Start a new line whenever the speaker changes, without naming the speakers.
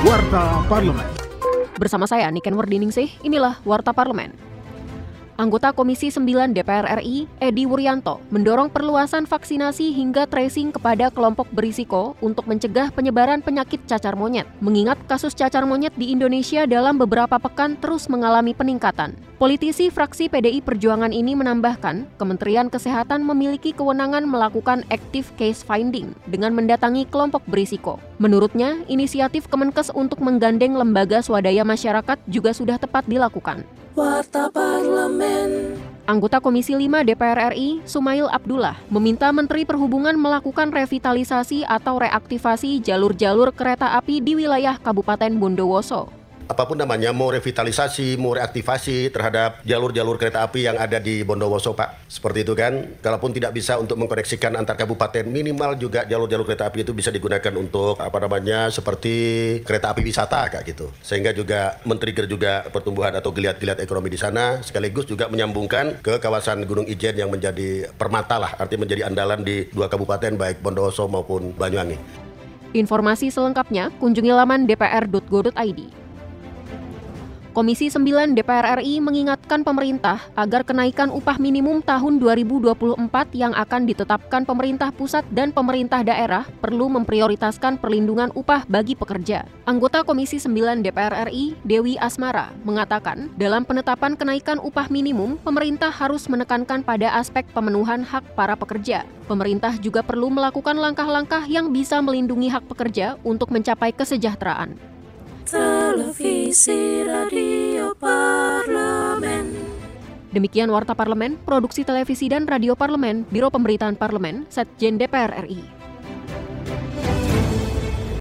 Warta Parlemen.
Bersama saya Niken Wardiningsih, inilah Warta Parlemen. Anggota Komisi 9 DPR RI, Edi Wuryanto, mendorong perluasan vaksinasi hingga tracing kepada kelompok berisiko untuk mencegah penyebaran penyakit cacar monyet. Mengingat kasus cacar monyet di Indonesia dalam beberapa pekan terus mengalami peningkatan. Politisi fraksi PDI Perjuangan ini menambahkan, Kementerian Kesehatan memiliki kewenangan melakukan active case finding dengan mendatangi kelompok berisiko. Menurutnya, inisiatif Kemenkes untuk menggandeng lembaga swadaya masyarakat juga sudah tepat dilakukan.
Warta Parlemen.
Anggota Komisi 5 DPR RI, Sumail Abdullah, meminta Menteri Perhubungan melakukan revitalisasi atau reaktivasi jalur-jalur kereta api di wilayah Kabupaten Bondowoso.
Apapun namanya, mau revitalisasi, mau reaktivasi terhadap jalur-jalur kereta api yang ada di Bondowoso, Pak. Seperti itu kan, kalaupun tidak bisa untuk mengkoneksikan antar kabupaten, minimal juga jalur-jalur kereta api itu bisa digunakan untuk seperti kereta api wisata kayak gitu. Sehingga juga men-trigger juga pertumbuhan atau geliat-geliat ekonomi di sana, sekaligus juga menyambungkan ke kawasan Gunung Ijen yang menjadi permata lah, artinya menjadi andalan di dua kabupaten baik Bondowoso maupun Banyuwangi.
Informasi selengkapnya kunjungi laman dpr.go.id. Komisi 9 DPR RI mengingatkan pemerintah agar kenaikan upah minimum tahun 2024 yang akan ditetapkan pemerintah pusat dan pemerintah daerah perlu memprioritaskan perlindungan upah bagi pekerja. Anggota Komisi 9 DPR RI, Dewi Asmara, mengatakan dalam penetapan kenaikan upah minimum, pemerintah harus menekankan pada aspek pemenuhan hak para pekerja. Pemerintah juga perlu melakukan langkah-langkah yang bisa melindungi hak pekerja untuk mencapai kesejahteraan.
Televisi Radio Parlemen.
Demikian Warta Parlemen, Produksi Televisi dan Radio Parlemen, Biro Pemberitaan Parlemen, Setjen DPR RI.